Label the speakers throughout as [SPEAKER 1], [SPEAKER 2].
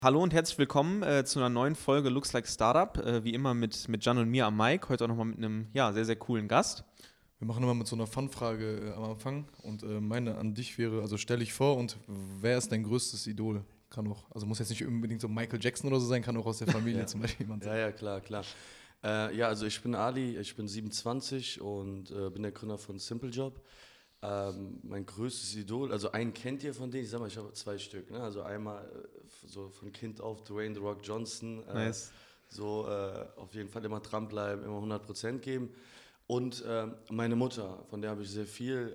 [SPEAKER 1] Hallo und herzlich willkommen zu einer neuen Folge Looks Like Startup. Wie immer mit Can und mir am Mic. Heute auch nochmal mit einem sehr, sehr coolen Gast.
[SPEAKER 2] Wir machen immer mit so einer Fun-Frage am Anfang und meine an dich wäre, also stell dich vor und wer ist dein größtes Idol? Kann auch, also muss jetzt nicht unbedingt so Michael Jackson oder so sein, kann auch aus der Familie
[SPEAKER 3] Ja.
[SPEAKER 2] zum Beispiel jemand sein.
[SPEAKER 3] Ja, klar, klar. Also ich bin Ali, ich bin 27 und bin der Gründer von SimpleJob. Mein größtes Idol, also einen kennt ihr von denen, ich sag mal, ich habe zwei Stück. Ne? Also einmal so von Kind auf Dwayne The Rock Johnson,
[SPEAKER 1] Nice.
[SPEAKER 3] auf jeden Fall immer dranbleiben, immer 100% geben. Und meine Mutter, von der habe ich sehr viel.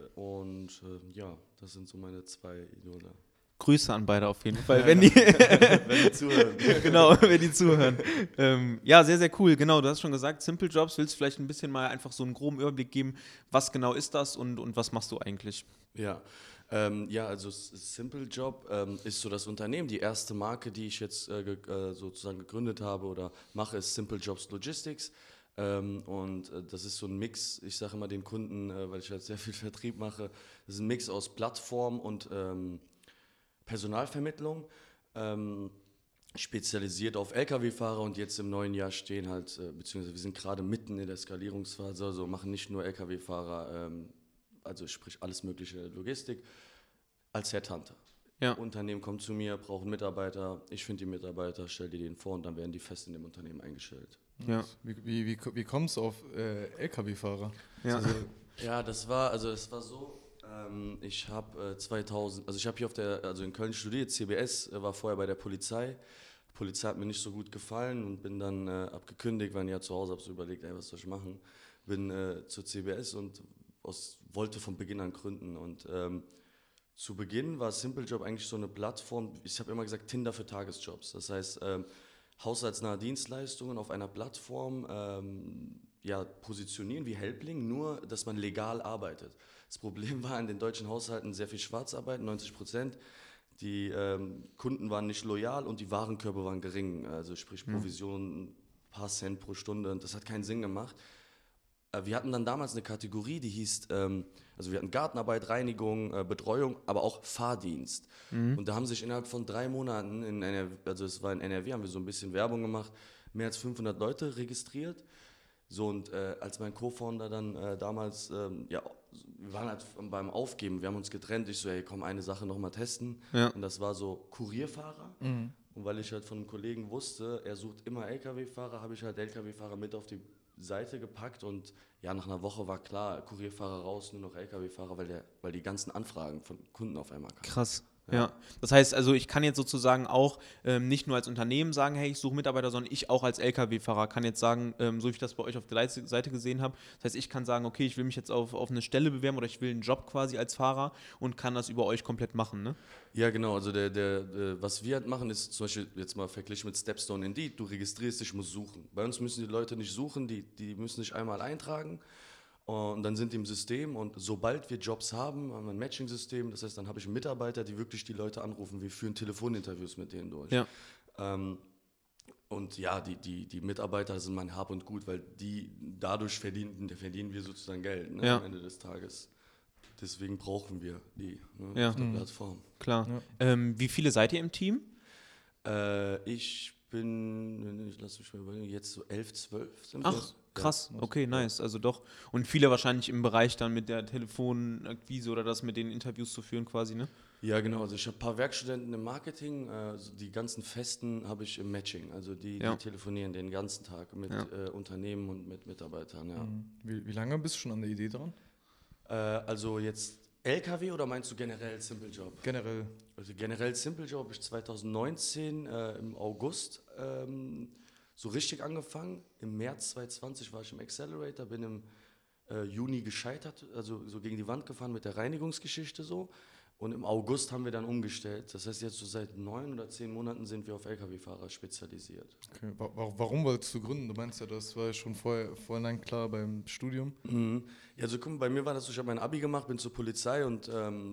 [SPEAKER 3] Das sind so meine zwei Idole.
[SPEAKER 1] Grüße an beide auf jeden Fall, wenn die
[SPEAKER 3] Wenn die zuhören.
[SPEAKER 1] genau, wenn die zuhören. Ja, sehr, sehr cool. Genau, du hast schon gesagt, Simple Jobs. Willst du vielleicht ein bisschen mal einfach so einen groben Überblick geben, was genau ist das und was machst du eigentlich?
[SPEAKER 3] Also SimpleJob ist so das Unternehmen. Die erste Marke, die ich jetzt sozusagen gegründet habe oder mache, ist Simple Jobs Logistics. Das ist so ein Mix, ich sage immer den Kunden, weil ich halt sehr viel Vertrieb mache, das ist ein Mix aus Plattform und Personalvermittlung. Spezialisiert auf Lkw-Fahrer und jetzt im neuen Jahr stehen halt, beziehungsweise wir sind gerade mitten in der Skalierungsphase, also machen nicht nur Lkw-Fahrer, also sprich alles mögliche Logistik, als Headhunter.
[SPEAKER 1] Ja.
[SPEAKER 3] Unternehmen kommen zu mir, brauchen Mitarbeiter, ich finde die Mitarbeiter, stelle die denen vor und dann werden die fest in dem Unternehmen eingestellt.
[SPEAKER 1] Ja.
[SPEAKER 2] Wie kommst du auf LKW-Fahrer?
[SPEAKER 1] Ja.
[SPEAKER 3] Es war so, ich habe 2000, also ich habe hier in Köln studiert, CBS, war vorher bei der Polizei. Die Polizei hat mir nicht so gut gefallen und bin dann abgekündigt, weil ich ja zu Hause habe so überlegt, was soll ich machen? Bin zur CBS und wollte von Beginn an gründen und zu Beginn war SimpleJob eigentlich so eine Plattform, ich habe immer gesagt Tinder für Tagesjobs. Das heißt, haushaltsnahe Dienstleistungen auf einer Plattform positionieren wie Helpling, nur dass man legal arbeitet. Das Problem war in den deutschen Haushalten sehr viel Schwarzarbeit, 90%. Die Kunden waren nicht loyal und die Warenkörbe waren gering, also sprich Provision, ein paar Cent pro Stunde und das hat keinen Sinn gemacht. Wir hatten dann damals eine Kategorie, die hieß, wir hatten Gartenarbeit, Reinigung, Betreuung, aber auch Fahrdienst. Und da haben sich innerhalb von 3 Monaten, es war in NRW, haben wir so ein bisschen Werbung gemacht, mehr als 500 Leute registriert. So und als mein Co-Founder dann damals, wir waren halt beim Aufgeben, wir haben uns getrennt, ich so, hey komm, eine Sache nochmal testen.
[SPEAKER 1] Ja.
[SPEAKER 3] Und das war so Kurierfahrer. Und weil ich halt von einem Kollegen wusste, er sucht immer LKW-Fahrer, habe ich halt LKW-Fahrer mit auf die Seite gepackt und ja, nach einer Woche war klar, Kurierfahrer raus, nur noch LKW-Fahrer, weil die ganzen Anfragen von Kunden auf einmal kamen.
[SPEAKER 1] Krass. Ja. Das heißt, also ich kann jetzt sozusagen auch nicht nur als Unternehmen sagen, hey, ich suche Mitarbeiter, sondern ich auch als Lkw-Fahrer kann jetzt sagen, so wie ich das bei euch auf der Seite gesehen habe, das heißt, ich kann sagen, okay, ich will mich jetzt auf eine Stelle bewerben oder ich will einen Job quasi als Fahrer und kann das über euch komplett machen, ne?
[SPEAKER 3] Ja, genau, also was wir halt machen, ist zum Beispiel jetzt mal verglichen mit Stepstone Indeed, du registrierst dich, musst suchen. Bei uns müssen die Leute nicht suchen, die müssen sich einmal eintragen und dann sind die im System und sobald wir Jobs haben wir ein Matching-System, das heißt, dann habe ich Mitarbeiter, die wirklich die Leute anrufen, wir führen Telefoninterviews mit denen durch.
[SPEAKER 1] Ja.
[SPEAKER 3] Und ja, die Mitarbeiter sind mein Hab und Gut, weil dadurch verdienen wir sozusagen Geld, ne,
[SPEAKER 1] Ja.
[SPEAKER 3] am Ende des Tages. Deswegen brauchen wir die
[SPEAKER 1] Ja.
[SPEAKER 3] auf der Plattform.
[SPEAKER 1] Klar.
[SPEAKER 2] Ja.
[SPEAKER 1] Wie viele seid ihr im Team?
[SPEAKER 3] Ich lass mich mal überlegen, jetzt so 11, 12 sind
[SPEAKER 1] Ach,
[SPEAKER 3] wir.
[SPEAKER 1] krass.
[SPEAKER 3] Ja.
[SPEAKER 1] Okay, nice. Also doch. Und viele wahrscheinlich im Bereich dann mit der Telefonakquise oder das mit den Interviews zu führen quasi, ne?
[SPEAKER 3] Ja, genau. Also ich habe ein paar Werkstudenten im Marketing, die ganzen Festen habe ich im Matching. Also die telefonieren den ganzen Tag mit Unternehmen und mit Mitarbeitern, ja.
[SPEAKER 2] Wie lange bist du schon an der Idee dran?
[SPEAKER 3] Also jetzt LKW oder meinst du generell SimpleJob?
[SPEAKER 2] Generell.
[SPEAKER 3] Also generell SimpleJob habe ich 2019 im August so richtig angefangen. Im März 2020 war ich im Accelerator, bin im Juni gescheitert, also so gegen die Wand gefahren mit der Reinigungsgeschichte so. Und im August haben wir dann umgestellt. Das heißt, jetzt so seit 9 oder 10 Monaten sind wir auf Lkw-Fahrer spezialisiert.
[SPEAKER 2] Okay. Warum wolltest du gründen? Du meinst ja, das war ja schon vorhin klar beim Studium.
[SPEAKER 3] Ja, also guck mal, bei mir war das so, ich habe mein Abi gemacht, bin zur Polizei und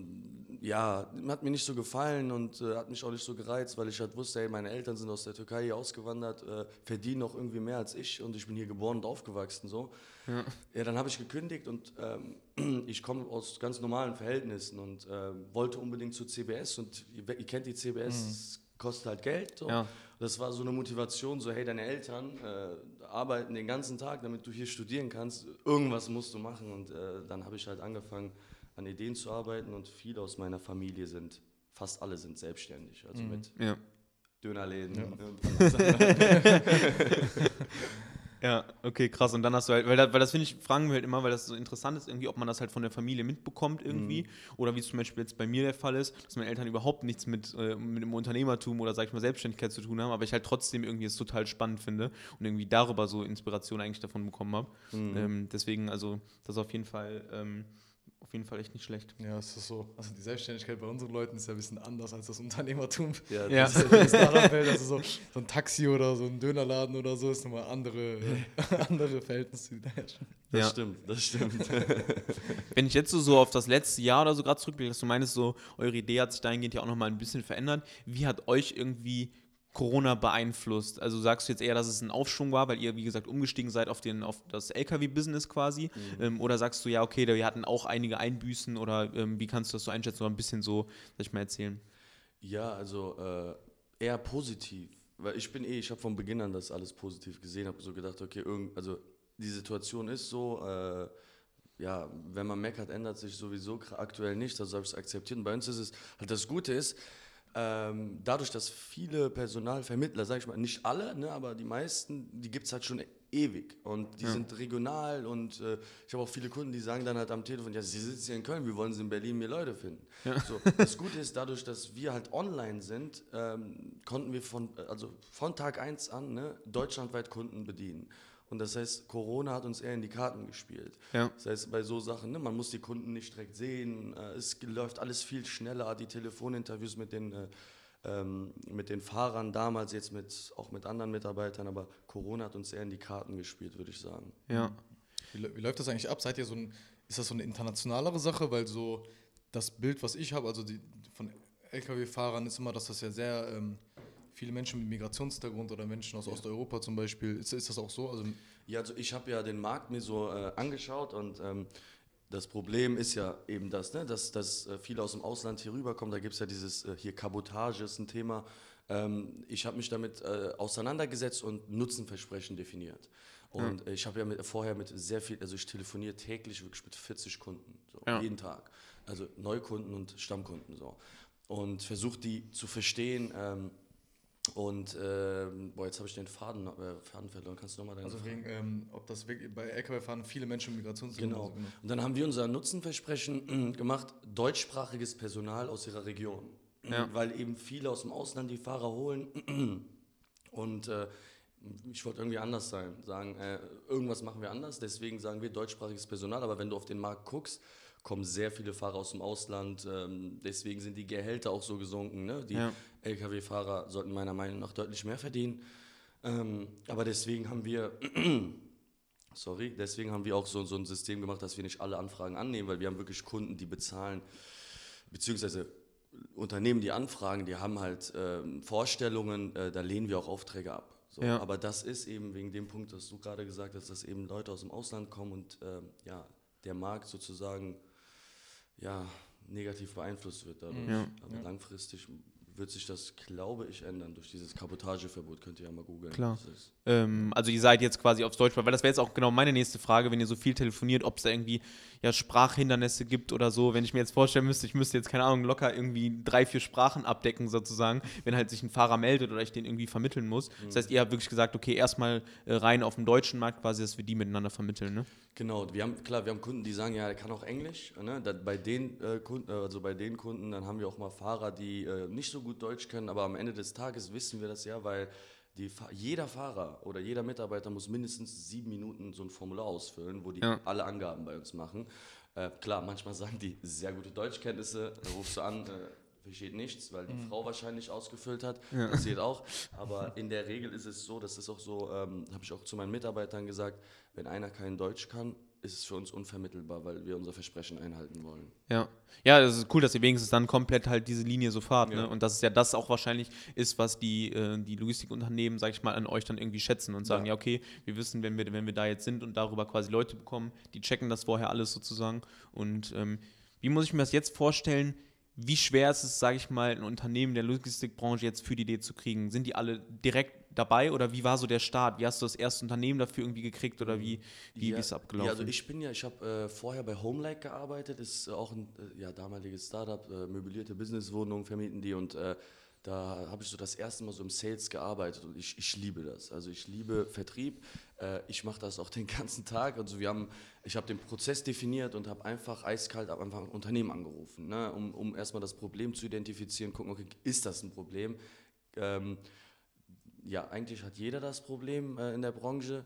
[SPEAKER 3] hat mir nicht so gefallen und hat mich auch nicht so gereizt, weil ich halt wusste, hey, meine Eltern sind aus der Türkei hier ausgewandert, verdienen auch irgendwie mehr als ich und ich bin hier geboren und aufgewachsen so. Ja, dann habe ich gekündigt und ich komme aus ganz normalen Verhältnissen und wollte unbedingt zur CBS und ihr kennt die CBS, kostet halt Geld. So.
[SPEAKER 1] Ja.
[SPEAKER 3] Das war so eine Motivation, so hey, deine Eltern arbeiten den ganzen Tag, damit du hier studieren kannst. Irgendwas musst du machen. Und dann habe ich halt angefangen, an Ideen zu arbeiten. Und viele aus meiner Familie fast alle sind selbstständig. Also mit Dönerläden.
[SPEAKER 1] Ja, okay, krass. Und dann hast du halt, weil das finde ich, fragen wir halt immer, weil das so interessant ist, irgendwie, ob man das halt von der Familie mitbekommt irgendwie. Oder wie es zum Beispiel jetzt bei mir der Fall ist, dass meine Eltern überhaupt nichts mit dem Unternehmertum oder, sag ich mal, Selbstständigkeit zu tun haben, aber ich halt trotzdem irgendwie es total spannend finde und irgendwie darüber so Inspiration eigentlich davon bekommen habe. Deswegen, also, das ist auf jeden Fall echt nicht schlecht.
[SPEAKER 2] Ja, es ist so. Also die Selbstständigkeit bei unseren Leuten ist ja ein bisschen anders als das Unternehmertum.
[SPEAKER 3] Ja,
[SPEAKER 2] Das ist ja die Startup-Welt, also so ein Taxi oder so ein Dönerladen oder so ist nochmal andere Verhältnisse, die da herrschen.
[SPEAKER 3] Das stimmt.
[SPEAKER 1] Wenn ich jetzt so auf das letzte Jahr oder so gerade zurückblicke, dass du meinst, so eure Idee hat sich dahingehend ja auch nochmal ein bisschen verändert. Wie hat euch irgendwie Corona beeinflusst? Also sagst du jetzt eher, dass es ein Aufschwung war, weil ihr, wie gesagt, umgestiegen seid auf das LKW-Business quasi? Oder sagst du, ja, okay, wir hatten auch einige Einbüßen oder wie kannst du das so einschätzen oder ein bisschen so, sag ich mal, erzählen?
[SPEAKER 3] Ja, also eher positiv. Weil ich habe von Beginn an das alles positiv gesehen, habe so gedacht, okay, also die Situation ist so, ja, wenn man meckert, ändert sich sowieso aktuell nichts, also habe ich es akzeptiert. Und bei uns ist es, halt das Gute ist, dadurch, dass viele Personalvermittler, sage ich mal, nicht alle, ne, aber die meisten, die gibt es halt schon ewig und die sind regional und ich habe auch viele Kunden, die sagen dann halt am Telefon, ja, Sie sitzen hier in Köln, wie wollen Sie in Berlin mir Leute finden? Ja. So, das Gute ist, dadurch, dass wir halt online sind, konnten wir von Tag 1 an deutschlandweit Kunden bedienen. Und das heißt, Corona hat uns eher in die Karten gespielt. Ja. Das heißt, bei so Sachen, man muss die Kunden nicht direkt sehen, es läuft alles viel schneller, die Telefoninterviews mit den Fahrern damals, jetzt auch mit anderen Mitarbeitern, aber Corona hat uns eher in die Karten gespielt, würde ich sagen.
[SPEAKER 2] Ja. Wie läuft das eigentlich ab? Ist das so eine internationalere Sache? Weil so das Bild, was ich habe, also von LKW-Fahrern ist immer, dass das ja sehr viele Menschen mit Migrationshintergrund oder Menschen aus Osteuropa zum Beispiel, ist das auch so?
[SPEAKER 3] Also ich habe ja den Markt mir so angeschaut und das Problem ist ja eben das, dass viele aus dem Ausland hier rüberkommen. Da gibt es ja dieses, hier Kabotage ist ein Thema. Ich habe mich damit auseinandergesetzt und Nutzenversprechen definiert. Und ich habe ja vorher mit sehr viel, also ich telefoniere täglich wirklich mit 40 Kunden, so, jeden Tag. Also Neukunden und Stammkunden so. Und versuche die zu verstehen. Und jetzt habe ich den Faden verloren. Kannst du nochmal deine Frage?
[SPEAKER 2] Wegen, ob das wirklich bei LKW-Fahren viele Menschen mit Migrationshintergrund.
[SPEAKER 3] Genau. Und dann haben wir unser Nutzenversprechen gemacht, deutschsprachiges Personal aus ihrer Region. Weil eben viele aus dem Ausland die Fahrer holen. Und ich wollte irgendwie anders sagen, irgendwas machen wir anders. Deswegen sagen wir deutschsprachiges Personal. Aber wenn du auf den Markt guckst, kommen sehr viele Fahrer aus dem Ausland, deswegen sind die Gehälter auch so gesunken. Ne? Die LKW-Fahrer sollten meiner Meinung nach deutlich mehr verdienen. Aber deswegen haben wir auch so ein System gemacht, dass wir nicht alle Anfragen annehmen, weil wir haben wirklich Kunden, die bezahlen, beziehungsweise Unternehmen, die anfragen, die haben halt Vorstellungen, da lehnen wir auch Aufträge ab. So. Ja. Aber das ist eben wegen dem Punkt, was du gerade gesagt hast, dass eben Leute aus dem Ausland kommen und der Markt sozusagen negativ beeinflusst wird dadurch. Ja. Aber langfristig wird sich das, glaube ich, ändern durch dieses Kabotageverbot. Könnt ihr ja mal googeln.
[SPEAKER 1] Klar. Also ihr seid jetzt quasi aufs Deutsch, weil das wäre jetzt auch genau meine nächste Frage, wenn ihr so viel telefoniert, ob es da irgendwie Sprachhindernisse gibt oder so. Wenn ich mir jetzt vorstellen müsste, ich müsste jetzt, keine Ahnung, locker irgendwie 3-4 Sprachen abdecken sozusagen, wenn halt sich ein Fahrer meldet oder ich den irgendwie vermitteln muss. Das heißt, ihr habt wirklich gesagt, okay, erstmal rein auf dem deutschen Markt quasi, dass wir die miteinander vermitteln, ne?
[SPEAKER 3] Genau, wir haben Kunden, die sagen, ja, der kann auch Englisch. Ne? Bei den Kunden, dann haben wir auch mal Fahrer, die nicht so gut Deutsch können, aber am Ende des Tages wissen wir das ja, weil jeder Fahrer oder jeder Mitarbeiter muss mindestens 7 Minuten so ein Formular ausfüllen, wo die alle Angaben bei uns machen. Klar, manchmal sagen die sehr gute Deutschkenntnisse, da rufst du an, versteht nichts, weil die Frau wahrscheinlich ausgefüllt hat, passiert auch. Aber in der Regel ist es so, das ist auch so, habe ich auch zu meinen Mitarbeitern gesagt, wenn einer kein Deutsch kann, ist es für uns unvermittelbar, weil wir unser Versprechen einhalten wollen.
[SPEAKER 1] Ja, das ist cool, dass ihr wenigstens dann komplett halt diese Linie so fahrt, ne? Und dass es ja das auch wahrscheinlich ist, was die Logistikunternehmen, sag ich mal, an euch dann irgendwie schätzen und sagen, okay, wir wissen, wenn wir da jetzt sind und darüber quasi Leute bekommen, die checken das vorher alles sozusagen. Und wie muss ich mir das jetzt vorstellen? wie schwer ist es, sage ich mal, ein Unternehmen der Logistikbranche jetzt für die Idee zu kriegen? Sind die alle direkt dabei oder wie war so der Start? Wie hast du das erste Unternehmen dafür irgendwie gekriegt oder wie ist es abgelaufen?
[SPEAKER 3] Ja, also ich habe vorher bei Homelike gearbeitet, ist auch ein damaliges Startup, möblierte Businesswohnungen vermieten die und da habe ich so das erste Mal so im Sales gearbeitet und ich liebe das. Also ich liebe Vertrieb, ich mache das auch den ganzen Tag. Also ich habe den Prozess definiert und habe einfach eiskalt am Anfang ein Unternehmen angerufen, ne, um erstmal das Problem zu identifizieren, gucken, okay, ist das ein Problem? Ja, eigentlich hat jeder das Problem in der Branche.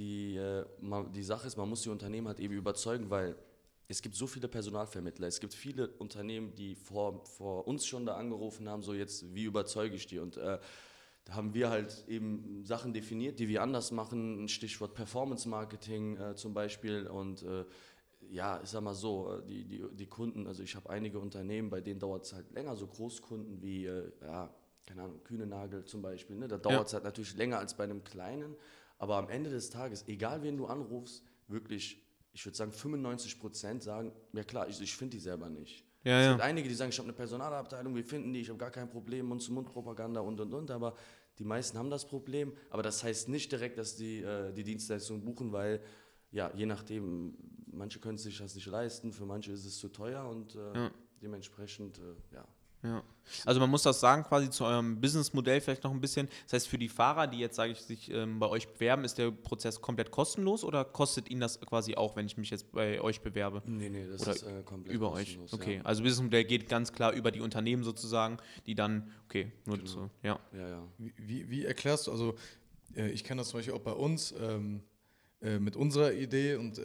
[SPEAKER 3] Die Sache ist, man muss die Unternehmen halt eben überzeugen, weil es gibt so viele Personalvermittler, es gibt viele Unternehmen, die vor uns schon da angerufen haben, so jetzt, wie überzeuge ich die? Und da haben wir halt eben Sachen definiert, die wir anders machen, ein Stichwort Performance Marketing zum Beispiel und ja, ich sag mal so, die Kunden, also ich habe einige Unternehmen, bei denen dauert es halt länger, so Großkunden wie, keine Ahnung, Kühnenagel zum Beispiel, ne? Da dauert es halt natürlich länger als bei einem kleinen, aber am Ende des Tages, egal wen du anrufst, wirklich, ich würde sagen 95% sagen, ja klar, ich finde die selber nicht.
[SPEAKER 1] Ja,
[SPEAKER 3] Es
[SPEAKER 1] ja.
[SPEAKER 3] gibt einige, die sagen, ich habe eine Personalabteilung, wir finden die, ich habe gar kein Problem, Mund-zu-Mund-Propaganda und, aber die meisten haben das Problem, aber das heißt nicht direkt, dass die Dienstleistung buchen, weil ja, je nachdem, manche können sich das nicht leisten, für manche ist es zu teuer und dementsprechend, ja.
[SPEAKER 1] Ja. Also man muss das sagen, quasi zu eurem Businessmodell vielleicht noch ein bisschen. Das heißt, für die Fahrer, die jetzt, sage ich, sich bei euch bewerben, ist der Prozess komplett kostenlos oder kostet ihnen das quasi auch, wenn ich mich jetzt bei euch bewerbe?
[SPEAKER 3] Nee, das
[SPEAKER 1] Oder
[SPEAKER 3] ist komplett
[SPEAKER 1] über
[SPEAKER 3] kostenlos.
[SPEAKER 1] euch? Okay,
[SPEAKER 3] Ja.
[SPEAKER 1] also Businessmodell geht ganz klar über die Unternehmen sozusagen, die dann, okay, nur
[SPEAKER 3] Genau.
[SPEAKER 1] so, ja.
[SPEAKER 3] Ja.
[SPEAKER 2] Wie erklärst du, also ich kenne das zum Beispiel auch bei uns mit unserer Idee und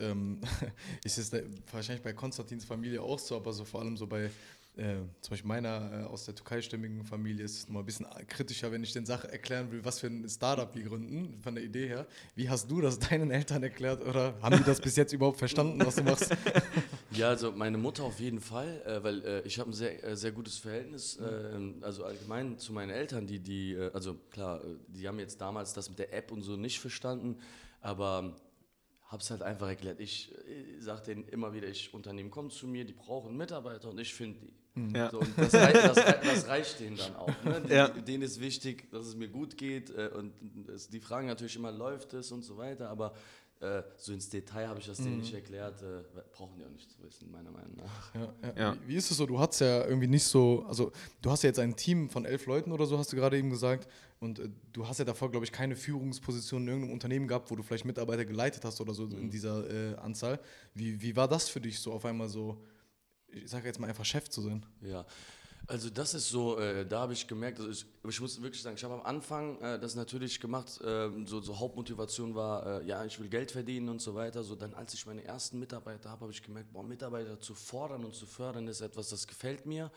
[SPEAKER 2] ist es wahrscheinlich bei Konstantins Familie auch so, aber so vor allem so bei zum Beispiel meiner aus der türkeisstämmigen Familie ist es nochmal ein bisschen kritischer, wenn ich den Sache erklären will, was für ein Startup wir gründen, von der Idee her. Wie hast du das deinen Eltern erklärt oder haben die das bis jetzt überhaupt verstanden, was du machst?
[SPEAKER 3] Ja, also meine Mutter auf jeden Fall, weil ich habe ein sehr gutes Verhältnis, also allgemein zu meinen Eltern, also klar, die haben jetzt damals das mit der App und so nicht verstanden, aber habe es halt einfach erklärt. Ich sage denen immer wieder, Unternehmen kommen zu mir, die brauchen Mitarbeiter und ich finde die.
[SPEAKER 1] Ja.
[SPEAKER 3] So, und das reicht denen dann auch. Ne?
[SPEAKER 1] Ja.
[SPEAKER 3] Denen ist wichtig, dass es mir gut geht und die fragen natürlich immer, läuft es und so weiter, aber so ins Detail habe ich das denen nicht erklärt, brauchen die auch nicht zu wissen, meiner Meinung nach.
[SPEAKER 2] Ja. Wie ist es so? Du hast ja irgendwie nicht so, also du hast ja jetzt ein Team von 11 Leuten oder so, hast du gerade eben gesagt, und du hast ja davor, glaube ich, keine Führungsposition in irgendeinem Unternehmen gehabt, wo du vielleicht Mitarbeiter geleitet hast oder so in dieser Anzahl. Wie war das für dich so auf einmal so, ich sage jetzt mal einfach Chef zu sein?
[SPEAKER 3] Ja, also das ist so, da habe ich gemerkt, also ich muss wirklich sagen, ich habe am Anfang das natürlich gemacht, so Hauptmotivation war, ja, ich will Geld verdienen und so weiter. So dann, als ich meine ersten Mitarbeiter habe ich gemerkt, boah, Mitarbeiter zu fordern und zu fördern ist etwas, das gefällt mir.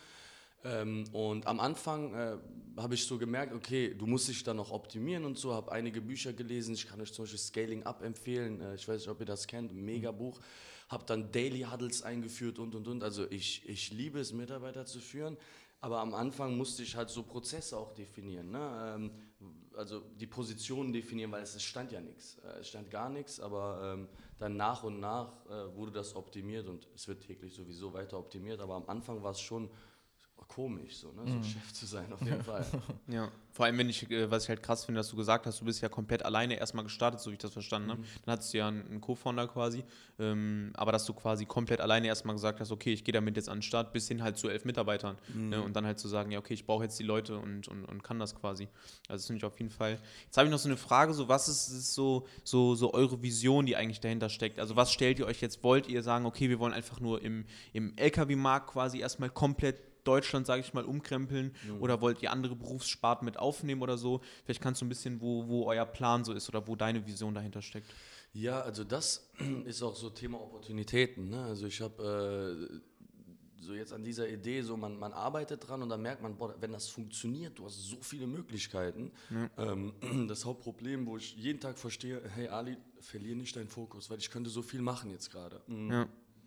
[SPEAKER 3] Und am Anfang habe ich so gemerkt, okay, du musst dich da noch optimieren und so, habe einige Bücher gelesen, ich kann euch zum Beispiel Scaling Up empfehlen, ich weiß nicht, ob ihr das kennt, ein Megabuch, habe dann Daily Huddles eingeführt und, also ich liebe es, Mitarbeiter zu führen, aber am Anfang musste ich halt so Prozesse auch definieren, ne? Also die Positionen definieren, weil es stand ja nichts, es stand gar nichts, aber dann nach und nach wurde das optimiert und es wird täglich sowieso weiter optimiert, aber am Anfang war es schon komisch, so, ne? So Chef zu sein, auf jeden Fall.
[SPEAKER 1] Ja, vor allem, was ich halt krass finde, dass du gesagt hast, du bist ja komplett alleine erstmal gestartet, so wie ich das verstanden habe. Dann hattest du ja einen Co-Founder quasi, aber dass du quasi komplett alleine erstmal gesagt hast, okay, ich gehe damit jetzt an den Start, bis hin halt zu 11 Mitarbeitern. Ne? Und dann halt zu sagen, ja, okay, ich brauche jetzt die Leute und kann das quasi. Also das finde ich auf jeden Fall. Jetzt habe ich noch so eine Frage, so was ist so eure Vision, die eigentlich dahinter steckt? Also was stellt ihr euch jetzt, wollt ihr sagen, okay, wir wollen einfach nur im LKW-Markt quasi erstmal komplett Deutschland, sage ich mal, umkrempeln oder wollt ihr andere Berufssparten mit aufnehmen oder so? Vielleicht kannst du ein bisschen, wo euer Plan so ist oder wo deine Vision dahinter steckt.
[SPEAKER 3] Ja, also das ist auch so Thema Opportunitäten, ne? Also ich habe so jetzt an dieser Idee, so man arbeitet dran und dann merkt man, boah, wenn das funktioniert, du hast so viele Möglichkeiten. Das Hauptproblem, wo ich jeden Tag verstehe, hey Ali, verlier nicht deinen Fokus, weil ich könnte so viel machen jetzt gerade.
[SPEAKER 1] Ja.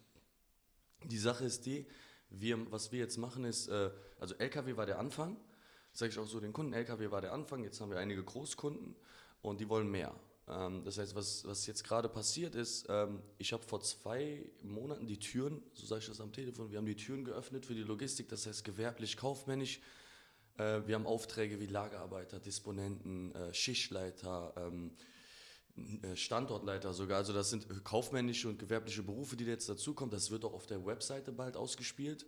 [SPEAKER 3] Die Sache ist die, was wir jetzt machen ist, also LKW war der Anfang, sage ich auch so den Kunden, LKW war der Anfang, jetzt haben wir einige Großkunden und die wollen mehr. Das heißt, was jetzt gerade passiert ist, ich habe vor 2 Monaten die Türen, so sage ich das am Telefon, wir haben die Türen geöffnet für die Logistik, das heißt gewerblich, kaufmännisch. Wir haben Aufträge wie Lagerarbeiter, Disponenten, Schichtleiter, Standortleiter sogar. Also das sind kaufmännische und gewerbliche Berufe, die jetzt dazukommen. Das wird auch auf der Webseite bald ausgespielt.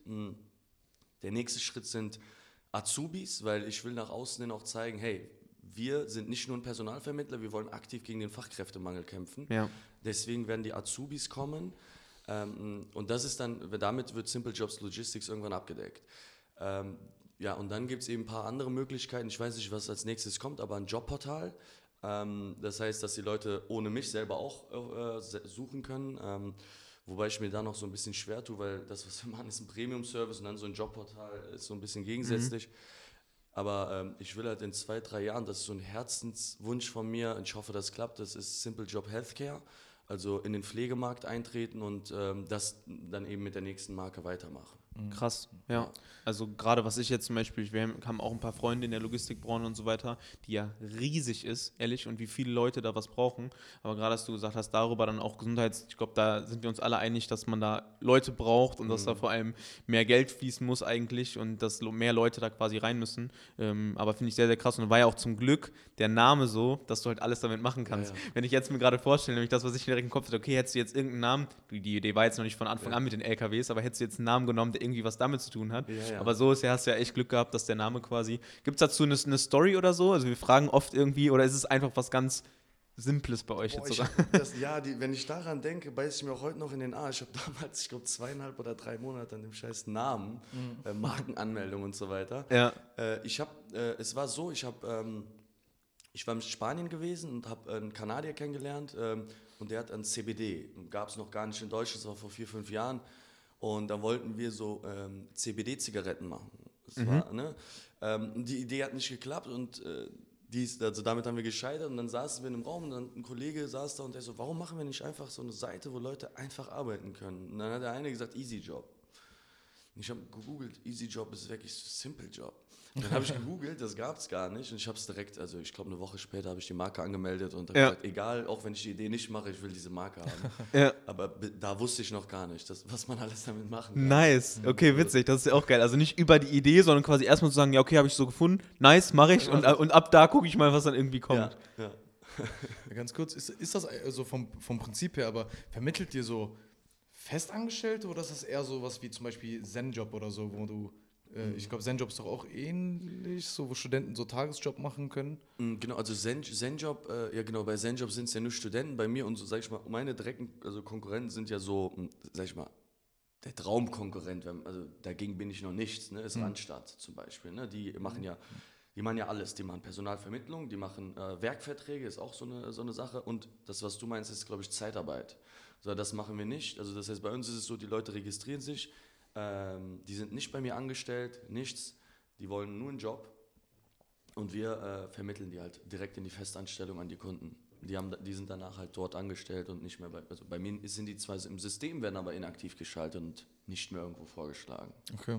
[SPEAKER 3] Der nächste Schritt sind Azubis, weil ich will nach außen hin auch zeigen, hey, wir sind nicht nur ein Personalvermittler, wir wollen aktiv gegen den Fachkräftemangel kämpfen.
[SPEAKER 1] Ja.
[SPEAKER 3] Deswegen werden die Azubis kommen und das ist dann, damit wird Simple Jobs Logistics irgendwann abgedeckt. Ja, und dann gibt es eben ein paar andere Möglichkeiten. Ich weiß nicht, was als nächstes kommt, aber ein Jobportal. Das heißt, dass die Leute ohne mich selber auch suchen können. Wobei ich mir da noch so ein bisschen schwer tue, weil das, was wir machen, ist ein Premium-Service und dann so ein Jobportal ist so ein bisschen gegensätzlich. Aber ich will halt in 2-3 Jahren, das ist so ein Herzenswunsch von mir, und ich hoffe, das klappt, das ist Simple Job Healthcare, also in den Pflegemarkt eintreten und das dann eben mit der nächsten Marke weitermachen.
[SPEAKER 1] Krass, ja. Also gerade was ich jetzt zum Beispiel, wir haben auch ein paar Freunde in der Logistikbranche und so weiter, die ja riesig ist, ehrlich, und wie viele Leute da was brauchen. Aber gerade, dass du gesagt hast, darüber dann auch ich glaube, da sind wir uns alle einig, dass man da Leute braucht und dass da vor allem mehr Geld fließen muss eigentlich und dass mehr Leute da quasi rein müssen. Aber finde ich sehr, sehr krass. Und war ja auch zum Glück der Name so, dass du halt alles damit machen kannst. Ja. Wenn ich jetzt mir gerade vorstelle, nämlich das, was ich direkt im Kopf hatte, okay, hättest du jetzt irgendeinen Namen, die Idee war jetzt noch nicht von Anfang an mit den LKWs, aber hättest du jetzt einen Namen genommen, der irgendwie was damit zu tun hat. Ja. Aber so hast du ja echt Glück gehabt, dass der Name quasi. Gibt es dazu eine Story oder so? Also wir fragen oft irgendwie, oder ist es einfach was ganz Simples bei euch jetzt sogar?
[SPEAKER 3] Wenn ich daran denke, beiße ich mir auch heute noch in den Arsch. Ich habe damals, ich glaube, 2,5 oder 3 Monate an dem scheiß Namen, Markenanmeldung und so weiter.
[SPEAKER 1] Ja.
[SPEAKER 3] Es war so, ich war in Spanien gewesen und habe einen Kanadier kennengelernt und der hat ein CBD. Gab es noch gar nicht in Deutschland, das war vor 4-5 Jahren. Und da wollten wir so CBD-Zigaretten machen. Das war, ne? Die Idee hat nicht geklappt und also damit haben wir gescheitert. Und dann saßen wir in einem Raum und dann ein Kollege saß da und der so, warum machen wir nicht einfach so eine Seite, wo Leute einfach arbeiten können? Und dann hat der eine gesagt, Easy Job. Und ich habe gegoogelt, Easy Job ist wirklich Simple Job. Dann habe ich gegoogelt, das gab es gar nicht und ich habe es direkt, also ich glaube eine Woche später habe ich die Marke angemeldet und habe gesagt, egal, auch wenn ich die Idee nicht mache, ich will diese Marke haben. Ja. Aber da wusste ich noch gar nicht, was man alles damit machen kann.
[SPEAKER 1] Nice, okay, witzig, das ist ja auch geil. Also nicht über die Idee, sondern quasi erstmal zu sagen, ja okay, habe ich so gefunden, nice, mache ich und ab da gucke ich mal, was dann irgendwie kommt.
[SPEAKER 2] Ja. Ganz kurz, ist das also vom Prinzip her, aber vermittelt ihr so Festangestellte oder ist das eher so was wie zum Beispiel Zen-Job oder so, wo du ich glaube, Zen-Job ist doch auch ähnlich, so wo Studenten so Tagesjob machen können.
[SPEAKER 3] Genau, also Zen-Job, ja genau, bei Zen-Job sind es ja nur Studenten. Bei mir und so, sag ich mal, meine direkten Konkurrenten sind ja so, sag ich mal, der Traumkonkurrent, also dagegen bin ich noch nichts, ne, ist Randstadt zum Beispiel, ne, die machen ja alles, die machen Personalvermittlung, die machen Werkverträge, ist auch so eine Sache und das, was du meinst, ist, glaube ich, Zeitarbeit. So, das machen wir nicht, also das heißt, bei uns ist es so, die Leute registrieren sich, die sind nicht bei mir angestellt, nichts, die wollen nur einen Job und wir vermitteln die halt direkt in die Festanstellung an die Kunden. Die sind danach halt dort angestellt und nicht mehr bei mir sind die zwar im System, werden aber inaktiv geschaltet und nicht mehr irgendwo vorgeschlagen.
[SPEAKER 2] Okay.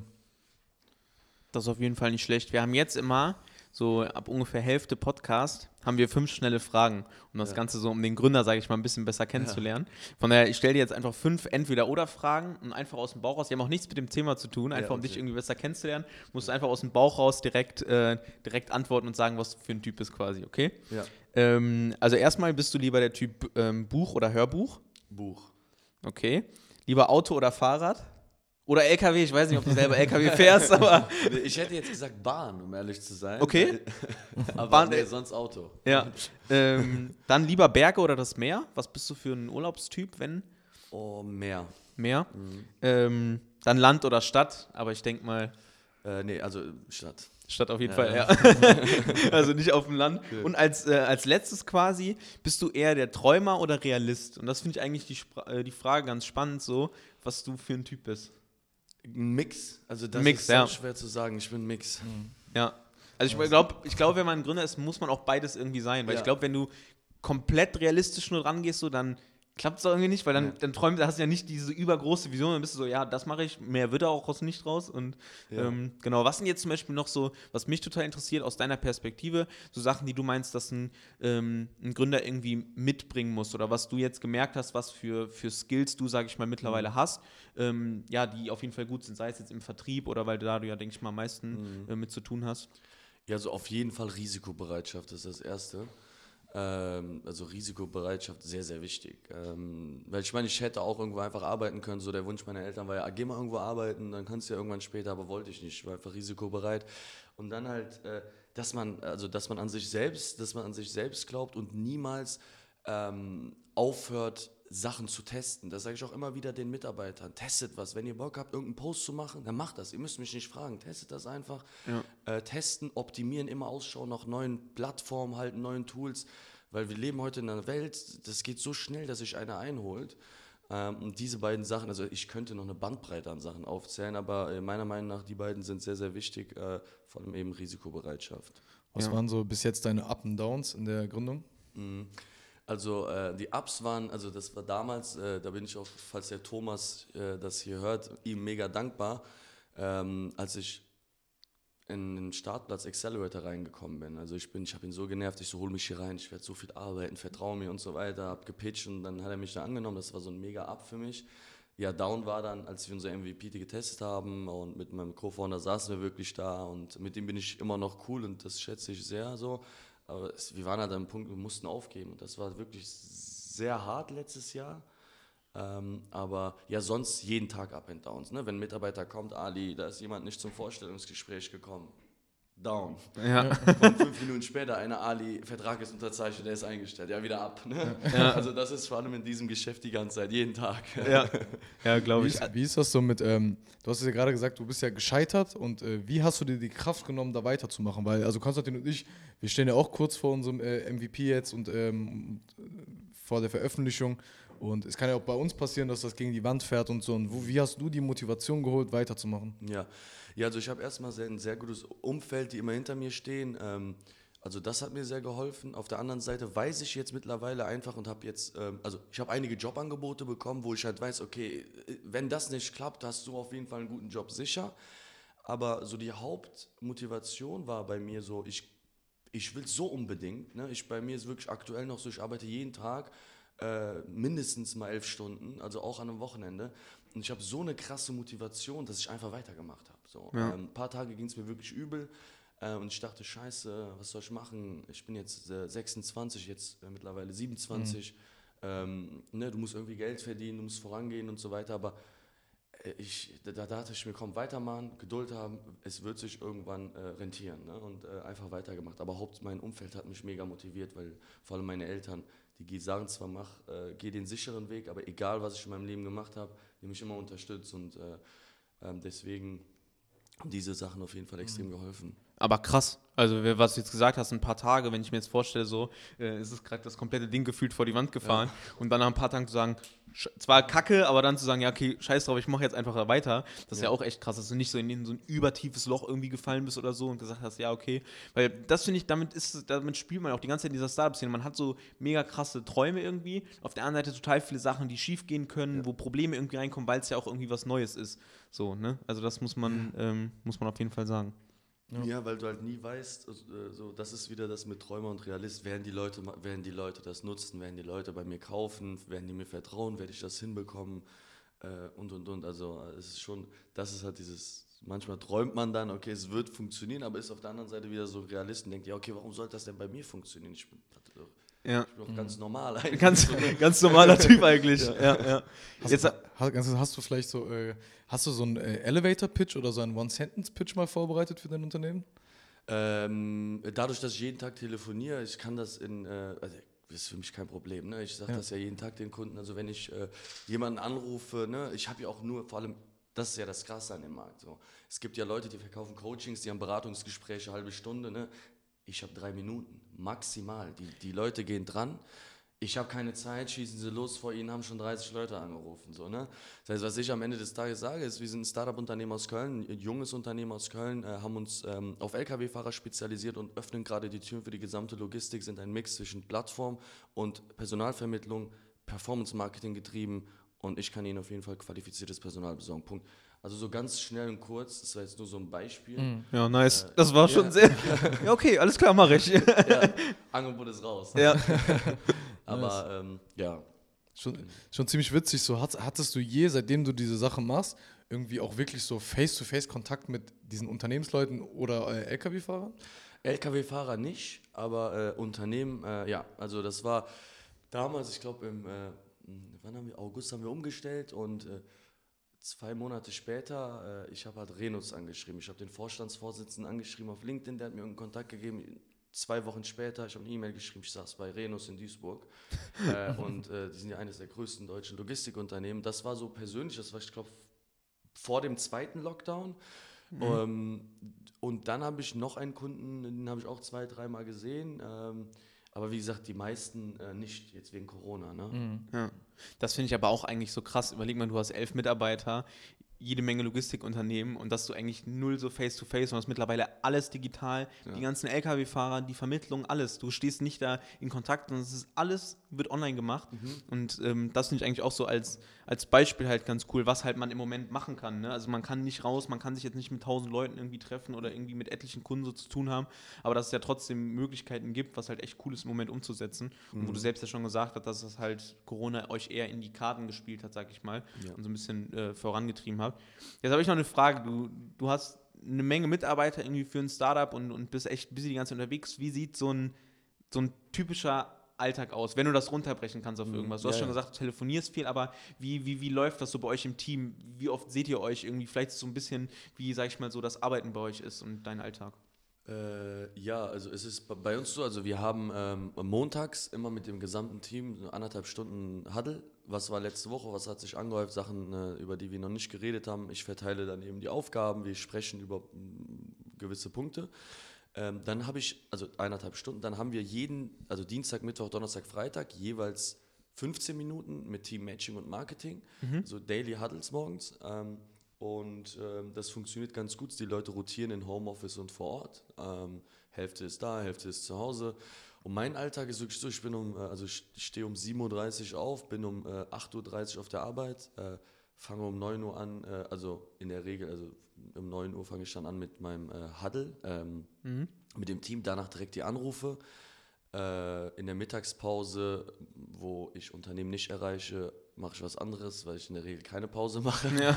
[SPEAKER 1] Das ist auf jeden Fall nicht schlecht. Wir haben jetzt immer, so ab ungefähr Hälfte Podcast, haben wir 5 schnelle Fragen, um das Ganze so, um den Gründer, sage ich mal, ein bisschen besser kennenzulernen. Von daher, ich stelle dir jetzt einfach 5 Entweder-Oder-Fragen und einfach aus dem Bauch raus, die haben auch nichts mit dem Thema zu tun, einfach um dich irgendwie besser kennenzulernen, musst du einfach aus dem Bauch raus direkt antworten und sagen, was du für ein Typ bist quasi, okay?
[SPEAKER 3] Ja.
[SPEAKER 1] Also erstmal, bist du lieber der Typ Buch oder Hörbuch?
[SPEAKER 3] Buch.
[SPEAKER 1] Okay. Lieber Auto oder Fahrrad? Oder LKW, ich weiß nicht, ob du selber LKW fährst, aber...
[SPEAKER 3] Ich hätte jetzt gesagt Bahn, um ehrlich zu sein.
[SPEAKER 1] Okay.
[SPEAKER 3] Aber Bahn, sonst Auto.
[SPEAKER 1] Ja. Dann lieber Berge oder das Meer? Was bist du für ein Urlaubstyp, wenn?
[SPEAKER 3] Oh, Meer.
[SPEAKER 1] Meer? Dann Land oder Stadt, aber ich denke mal...
[SPEAKER 3] Nee, also Stadt.
[SPEAKER 1] Stadt auf jeden Fall, ja. Also nicht auf dem Land. Okay. Und als letztes quasi, bist du eher der Träumer oder Realist? Und das finde ich eigentlich die Frage ganz spannend so, was du für ein Typ bist.
[SPEAKER 3] Ein Mix, also das
[SPEAKER 1] Mix,
[SPEAKER 3] ist so schwer zu sagen, ich bin ein Mix.
[SPEAKER 1] Ja, also ich glaube, wenn man ein Gründer ist, muss man auch beides irgendwie sein, weil ich glaube, wenn du komplett realistisch nur rangehst, so, dann klappt es doch irgendwie nicht, weil dann träumst, da hast du ja nicht diese übergroße Vision, dann bist du so, ja, das mache ich, mehr wird da auch nicht draus. Und genau, was sind jetzt zum Beispiel noch so, was mich total interessiert aus deiner Perspektive, so Sachen, die du meinst, dass ein Gründer irgendwie mitbringen muss oder was du jetzt gemerkt hast, was für Skills du, sage ich mal, mittlerweile hast, die auf jeden Fall gut sind, sei es jetzt im Vertrieb oder weil da du ja, denke ich mal, am meisten mit zu tun hast.
[SPEAKER 3] Ja, also auf jeden Fall Risikobereitschaft ist das Erste. Also Risikobereitschaft sehr, sehr wichtig. Weil ich meine, ich hätte auch irgendwo einfach arbeiten können. So der Wunsch meiner Eltern war ja, geh mal irgendwo arbeiten, dann kannst du ja irgendwann später, aber wollte ich nicht. Ich war einfach risikobereit. Und dann halt, dass man an sich selbst glaubt und niemals aufhört, Sachen zu testen. Das sage ich auch immer wieder den Mitarbeitern. Testet was. Wenn ihr Bock habt, irgendeinen Post zu machen, dann macht das. Ihr müsst mich nicht fragen. Testet das einfach. Ja. Testen, optimieren, immer Ausschau nach neuen Plattformen, halt neuen Tools. Weil wir leben heute in einer Welt, das geht so schnell, dass sich einer einholt. Und diese beiden Sachen, also ich könnte noch eine Bandbreite an Sachen aufzählen, aber meiner Meinung nach, die beiden sind sehr, sehr wichtig. Vor allem eben Risikobereitschaft.
[SPEAKER 2] Was waren so bis jetzt deine Up and Downs in der Gründung?
[SPEAKER 3] Also die Ups waren, also das war damals, da bin ich auch, falls der Thomas das hier hört, ihm mega dankbar, als ich in den Startplatz Accelerator reingekommen bin. Also ich habe ihn so genervt, ich so, hol mich hier rein, ich werde so viel arbeiten, vertraue mir und so weiter, habe gepitcht und dann hat er mich da angenommen, das war so ein mega Up für mich. Ja, Down war dann, als wir unser MVP getestet haben und mit meinem Co-Founder saßen wir wirklich da und mit ihm bin ich immer noch cool und das schätze ich sehr so. Aber wir waren halt an einem Punkt, wir mussten aufgeben und das war wirklich sehr hart letztes Jahr. Aber ja, sonst jeden Tag Up and Downs. Ne? Wenn ein Mitarbeiter kommt, Ali, da ist jemand nicht zum Vorstellungsgespräch gekommen. Down.
[SPEAKER 1] Ja.
[SPEAKER 3] Und 5 Minuten später, einer Ali, Vertrag ist unterzeichnet, der ist eingestellt. Ja, wieder ab. Ne? Ja. Also das ist vor allem in diesem Geschäft die ganze Zeit, jeden Tag.
[SPEAKER 1] Ja, glaube ich.
[SPEAKER 2] Wie ist das so mit, du hast es ja gerade gesagt, du bist ja gescheitert und wie hast du dir die Kraft genommen, da weiterzumachen? Weil, also Konstantin und ich, wir stehen ja auch kurz vor unserem MVP jetzt und vor der Veröffentlichung. Und es kann ja auch bei uns passieren, dass das gegen die Wand fährt und so. Und wie hast du die Motivation geholt, weiterzumachen?
[SPEAKER 3] Ja, also ich habe erstmal ein sehr gutes Umfeld, die immer hinter mir stehen. Also das hat mir sehr geholfen. Auf der anderen Seite weiß ich jetzt mittlerweile einfach und habe jetzt, also ich habe einige Jobangebote bekommen, wo ich halt weiß, okay, wenn das nicht klappt, hast du auf jeden Fall einen guten Job sicher. Aber so die Hauptmotivation war bei mir so, ich will so unbedingt. Ne? Bei mir ist wirklich aktuell noch so, ich arbeite jeden Tag mindestens mal 11 Stunden, also auch an einem Wochenende. Und ich habe so eine krasse Motivation, dass ich einfach weitergemacht habe. So. Ja. Ein paar Tage ging es mir wirklich übel und ich dachte, scheiße, was soll ich machen? Ich bin jetzt 26, jetzt mittlerweile 27. Ne, du musst irgendwie Geld verdienen, du musst vorangehen und so weiter. Aber da dachte ich mir, komm, weitermachen, Geduld haben, es wird sich irgendwann rentieren. Ne? Und einfach weitergemacht. Aber mein Umfeld hat mich mega motiviert, weil vor allem meine Eltern, die sagen zwar, geh den sicheren Weg, aber egal, was ich in meinem Leben gemacht habe, die haben mich immer unterstützt und deswegen haben diese Sachen auf jeden Fall extrem geholfen.
[SPEAKER 1] Aber krass, also was du jetzt gesagt hast, ein paar Tage, wenn ich mir jetzt vorstelle, so ist es gerade das komplette Ding gefühlt vor die Wand gefahren und dann nach ein paar Tagen zu sagen, zwar kacke, aber dann zu sagen, ja okay, scheiß drauf, ich mache jetzt einfach weiter, das ist ja auch echt krass, dass du nicht so in so ein übertiefes Loch irgendwie gefallen bist oder so und gesagt hast, ja okay, weil das finde ich, damit spielt man auch die ganze Zeit in dieser Startup-Szene, man hat so mega krasse Träume irgendwie, auf der anderen Seite total viele Sachen, die schief gehen können, wo Probleme irgendwie reinkommen, weil es ja auch irgendwie was Neues ist, so, ne, also das muss man auf jeden Fall sagen.
[SPEAKER 3] Ja, weil du halt nie weißt, so, das ist wieder das mit Träumer und Realist, werden die Leute das nutzen, werden die Leute bei mir kaufen, werden die mir vertrauen, werde ich das hinbekommen und. Also es ist schon, das ist halt manchmal träumt man dann, okay, es wird funktionieren, aber ist auf der anderen Seite wieder so Realist und denkt, ja, okay, warum sollte das denn bei mir funktionieren? Ich bin doch ganz normal eigentlich.
[SPEAKER 1] Ganz normaler Typ eigentlich. Ja.
[SPEAKER 2] Hast du vielleicht so, so einen Elevator-Pitch oder so einen One-Sentence-Pitch mal vorbereitet für dein Unternehmen?
[SPEAKER 3] Dadurch, dass ich jeden Tag telefoniere, ich kann das also das ist für mich kein Problem. Ne? Ich sage das ja jeden Tag den Kunden. Also wenn ich jemanden anrufe, ne? Ich habe ja auch nur, vor allem, das ist ja das Krasse an dem Markt. So. Es gibt ja Leute, die verkaufen Coachings, die haben Beratungsgespräche, halbe Stunde. Ne? Ich habe 3 Minuten, maximal. Die Leute gehen dran. Ich habe keine Zeit, schießen sie los, vor ihnen haben schon 30 Leute angerufen. So, ne? Das heißt, was ich am Ende des Tages sage, ist, wir sind ein Startup-Unternehmen aus Köln, ein junges Unternehmen aus Köln, haben uns auf Lkw-Fahrer spezialisiert und öffnen gerade die Türen für die gesamte Logistik, sind ein Mix zwischen Plattform und Personalvermittlung, Performance-Marketing getrieben und ich kann Ihnen auf jeden Fall qualifiziertes Personal besorgen. Punkt. Also so ganz schnell und kurz, das war jetzt nur so ein Beispiel.
[SPEAKER 1] Ja, nice. Das war schon sehr. Ja, okay, alles klar, mache ich.
[SPEAKER 3] Ja, Angebot ist raus.
[SPEAKER 1] Ja.
[SPEAKER 3] Aber ja.
[SPEAKER 2] Schon ziemlich witzig. So, hattest du je, seitdem du diese Sache machst, irgendwie auch wirklich so Face-to-Face-Kontakt mit diesen Unternehmensleuten oder LKW-Fahrern?
[SPEAKER 3] LKW-Fahrer nicht, aber Unternehmen, ja. Also das war damals, ich glaube August haben wir umgestellt und 2 Monate später, ich habe halt Renus angeschrieben. Ich habe den Vorstandsvorsitzenden angeschrieben auf LinkedIn, der hat mir einen Kontakt gegeben. 2 Wochen später, ich habe eine E-Mail geschrieben, ich saß bei Renus in Duisburg und die sind ja eines der größten deutschen Logistikunternehmen. Das war so persönlich, das war, ich glaube, vor dem 2. Lockdown. Und dann habe ich noch einen Kunden, den habe ich auch 2-3 Mal gesehen. Aber wie gesagt, die meisten nicht, jetzt wegen Corona. Ne?
[SPEAKER 1] Ja. Das finde ich aber auch eigentlich so krass. Überleg mal, du hast 11 Mitarbeiter, jede Menge Logistikunternehmen und dass du eigentlich null so face-to-face, sondern es ist mittlerweile alles digital, die ganzen LKW-Fahrer, die Vermittlung, alles. Du stehst nicht da in Kontakt, sondern es ist alles wird online gemacht und das finde ich eigentlich auch so als Beispiel halt ganz cool, was halt man im Moment machen kann. Ne? Also man kann nicht raus, man kann sich jetzt nicht mit 1000 Leuten irgendwie treffen oder irgendwie mit etlichen Kunden so zu tun haben, aber dass es ja trotzdem Möglichkeiten gibt, was halt echt cool ist im Moment umzusetzen und wo du selbst ja schon gesagt hast, dass es halt Corona euch eher in die Karten gespielt hat, sag ich mal, und so ein bisschen vorangetrieben hat. Jetzt habe ich noch eine Frage, du hast eine Menge Mitarbeiter irgendwie für ein Startup und bist echt busy die ganze Zeit unterwegs. Wie sieht so ein typischer Alltag aus, wenn du das runterbrechen kannst auf irgendwas? Du hast schon gesagt, du telefonierst viel, aber wie läuft das so bei euch im Team? Wie oft seht ihr euch irgendwie? Vielleicht so ein bisschen, wie, sag ich mal, so das Arbeiten bei euch ist und dein Alltag.
[SPEAKER 3] Ja, also es ist bei uns so, also wir haben montags immer mit dem gesamten Team so 1,5 Stunden Huddle. Was war letzte Woche, was hat sich angehäuft, Sachen, über die wir noch nicht geredet haben. Ich verteile dann eben die Aufgaben, wir sprechen über gewisse Punkte. Dann habe ich, also 1,5 Stunden, dann haben wir also Dienstag, Mittwoch, Donnerstag, Freitag jeweils 15 Minuten mit Team Matching und Marketing, so Daily Huddles morgens. Und das funktioniert ganz gut. Die Leute rotieren in Homeoffice und vor Ort. Hälfte ist da, Hälfte ist zu Hause. Und mein Alltag ist wirklich so, ich stehe um 7:30 Uhr auf, bin um 8:30 Uhr auf der Arbeit, fange um 9 Uhr an, also in der Regel, also um 9 Uhr fange ich dann an mit meinem Huddle, mit dem Team, danach direkt die Anrufe. In der Mittagspause, wo ich Unternehmen nicht erreiche, mache ich was anderes, weil ich in der Regel keine Pause mache. Ja.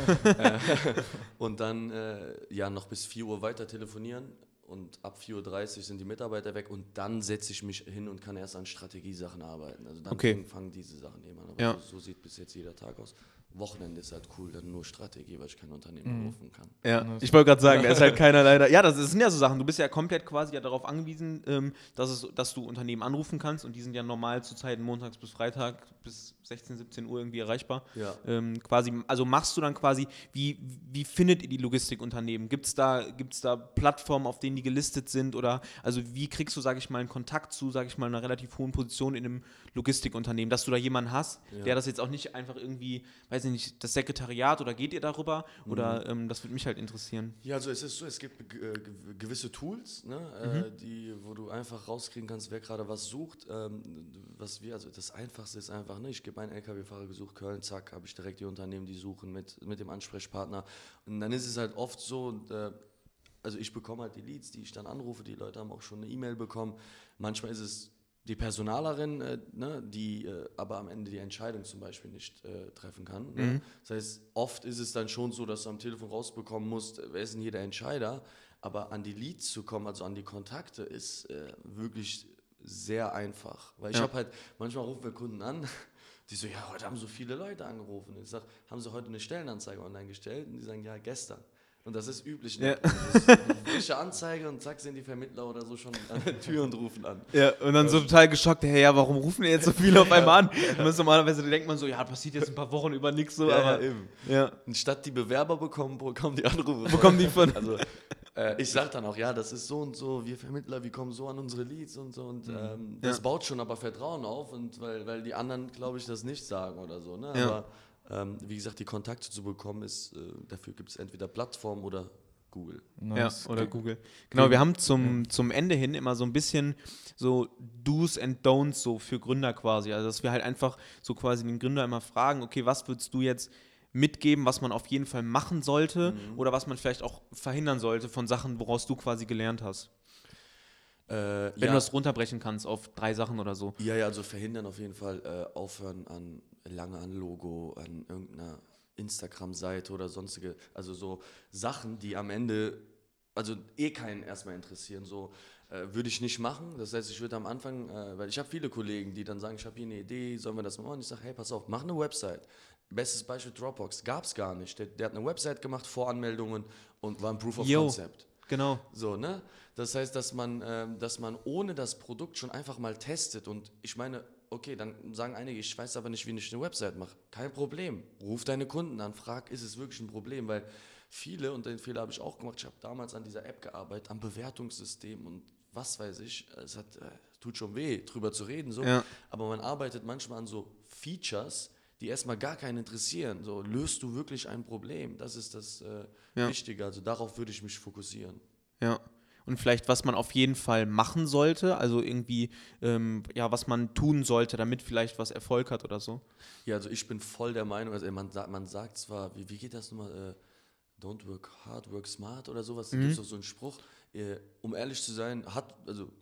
[SPEAKER 3] Und dann noch bis 4 Uhr weiter telefonieren und ab 4:30 Uhr sind die Mitarbeiter weg und dann setze ich mich hin und kann erst an Strategiesachen arbeiten. Also dann fangen diese Sachen eben an. Aber so sieht bis jetzt jeder Tag aus. Wochenende ist halt cool, dann nur Strategie, weil ich kein Unternehmen anrufen kann.
[SPEAKER 1] Ja, ich wollte gerade sagen, da ist halt keiner leider. Ja, das sind ja so Sachen. Du bist ja komplett quasi ja darauf angewiesen, dass du Unternehmen anrufen kannst und die sind ja normal zu Zeiten montags bis Freitag bis 16, 17 Uhr irgendwie erreichbar.
[SPEAKER 3] Ja.
[SPEAKER 1] Also machst du dann quasi, wie findet ihr die Logistikunternehmen? Gibt's da Plattformen, auf denen die gelistet sind oder also wie kriegst du, sage ich mal, einen Kontakt zu, sage ich mal, einer relativ hohen Position in einem Logistikunternehmen, dass du da jemanden hast, der das jetzt auch nicht einfach irgendwie, weiß ich nicht, das Sekretariat oder geht ihr darüber oder das würde mich halt interessieren.
[SPEAKER 3] Ja, also es ist so, es gibt gewisse Tools, ne, wo du einfach rauskriegen kannst, wer gerade was sucht. Also das Einfachste ist einfach, ne, ich gebe einen LKW-Fahrer gesucht, Köln, zack, habe ich direkt die Unternehmen, die suchen mit dem Ansprechpartner. Und dann ist es halt oft so, also ich bekomme halt die Leads, die ich dann anrufe, die Leute haben auch schon eine E-Mail bekommen. Manchmal ist es die Personalerin, die aber am Ende die Entscheidung zum Beispiel nicht treffen kann. Ne? Das heißt, oft ist es dann schon so, dass du am Telefon rausbekommen musst, wer ist denn hier der Entscheider? Aber an die Leads zu kommen, also an die Kontakte, ist wirklich sehr einfach. Weil ich habe halt, manchmal rufen wir Kunden an, die so, ja, heute haben so viele Leute angerufen. Ich sage, haben sie heute eine Stellenanzeige online gestellt? Und die sagen, ja, gestern. Und das ist üblich. Ne? Das ist eine frische Anzeige und zack sind die Vermittler oder so schon an der Tür und rufen an.
[SPEAKER 1] Ja, und dann so total geschockt, hey, ja, warum rufen jetzt so viele auf einmal an? Und normalerweise denkt man so, ja, passiert jetzt ein paar Wochen über nichts so, aber
[SPEAKER 3] eben. Ja. Und statt die Bewerber bekommen die Anrufe.
[SPEAKER 1] Bekommen die von...
[SPEAKER 3] Also, ich sage dann auch, ja, das ist so und so, wir Vermittler, wir kommen so an unsere Leads und so und das baut schon aber Vertrauen auf und weil die anderen, glaube ich, das nicht sagen oder so, ne? Ja. Aber wie gesagt, die Kontakte zu bekommen, dafür gibt es entweder Plattformen oder Google.
[SPEAKER 2] Nice.
[SPEAKER 1] Ja, oder Google. Genau, wir haben zum Ende hin immer so ein bisschen so Do's and Don'ts so für Gründer quasi. Also, dass wir halt einfach so quasi den Gründer immer fragen, okay, was würdest du jetzt mitgeben, was man auf jeden Fall machen sollte oder was man vielleicht auch verhindern sollte von Sachen, woraus du quasi gelernt hast? Wenn du das runterbrechen kannst auf 3 Sachen oder so.
[SPEAKER 3] Ja, also verhindern auf jeden Fall, aufhören lange an Logo, an irgendeiner Instagram-Seite oder sonstige, also so Sachen, die am Ende, also keinen erstmal interessieren, so würde ich nicht machen. Das heißt, ich würde am Anfang, weil ich habe viele Kollegen, die dann sagen, ich habe hier eine Idee, sollen wir das mal machen? Ich sage, hey, pass auf, mach eine Website. Bestes Beispiel Dropbox, gab es gar nicht. Der hat eine Website gemacht, Voranmeldungen und war ein Proof of Concept.
[SPEAKER 1] Genau.
[SPEAKER 3] So, ne? Das heißt, dass man ohne das Produkt schon einfach mal testet und ich meine, okay, dann sagen einige, ich weiß aber nicht, wie ich eine Website mache. Kein Problem. Ruf deine Kunden an, frag, ist es wirklich ein Problem? Weil viele, und den Fehler habe ich auch gemacht, ich habe damals an dieser App gearbeitet, am Bewertungssystem und was weiß ich, es tut schon weh, drüber zu reden, so.
[SPEAKER 1] Ja.
[SPEAKER 3] Aber man arbeitet manchmal an so Features, die erstmal gar keinen interessieren. So, löst du wirklich ein Problem? Das ist das Wichtige. Also darauf würde ich mich fokussieren.
[SPEAKER 1] Ja. Und vielleicht, was man auf jeden Fall machen sollte, also irgendwie, was man tun sollte, damit vielleicht was Erfolg hat oder so.
[SPEAKER 3] Ja, also ich bin voll der Meinung, also man sagt zwar, wie geht das nochmal, don't work hard, work smart oder sowas, da gibt es doch so einen Spruch, um ehrlich zu sein, hat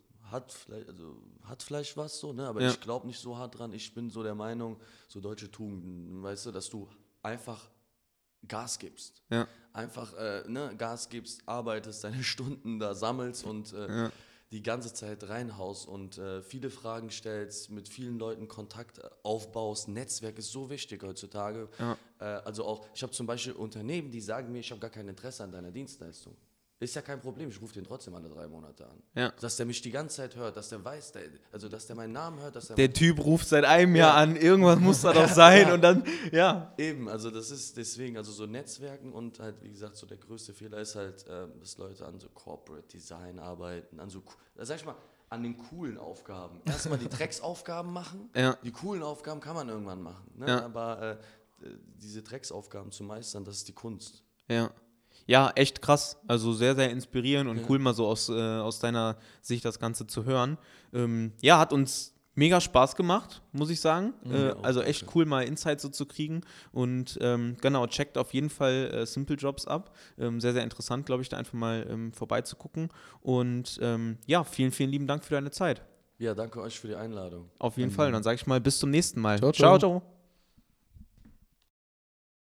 [SPEAKER 3] vielleicht was so, ne? Aber ich glaube nicht so hart dran, ich bin so der Meinung, so deutsche Tugenden, weißt du, dass du einfach Gas gibst.
[SPEAKER 1] Ja.
[SPEAKER 3] Einfach Gas gibst, arbeitest, deine Stunden da sammelst und die ganze Zeit reinhaust und viele Fragen stellst, mit vielen Leuten Kontakt aufbaust. Netzwerk ist so wichtig heutzutage.
[SPEAKER 1] Ja.
[SPEAKER 3] Also auch, ich habe zum Beispiel Unternehmen, die sagen mir, ich habe gar kein Interesse an deiner Dienstleistung. Ist ja kein Problem, ich rufe den trotzdem alle 3 Monate an.
[SPEAKER 1] Ja.
[SPEAKER 3] Dass der mich die ganze Zeit hört, dass der weiß, dass der meinen Namen hört. Dass
[SPEAKER 1] Der Typ ruft seit einem Jahr an, irgendwas muss da doch sein und dann,
[SPEAKER 3] Eben, also das ist deswegen, also so Netzwerken und halt, wie gesagt, so der größte Fehler ist halt, dass Leute an so Corporate Design arbeiten, an so, sag ich mal, an den coolen Aufgaben. Erstmal die Drecksaufgaben machen, die coolen Aufgaben kann man irgendwann machen, ne? Aber diese Drecksaufgaben zu meistern, das ist die Kunst.
[SPEAKER 1] Ja. Ja, echt krass. Also sehr, sehr inspirierend und cool, mal so aus deiner Sicht das Ganze zu hören. Hat uns mega Spaß gemacht, muss ich sagen. Also echt cool, mal Insights so zu kriegen. Und checkt auf jeden Fall Simple Jobs ab. Sehr, sehr interessant, glaube ich, da einfach mal vorbeizugucken. Und vielen, vielen lieben Dank für deine Zeit.
[SPEAKER 3] Ja, danke euch für die Einladung.
[SPEAKER 1] Auf jeden Fall. Dann sage ich mal bis zum nächsten Mal.
[SPEAKER 2] Ciao, ciao.
[SPEAKER 1] Ciao, ciao.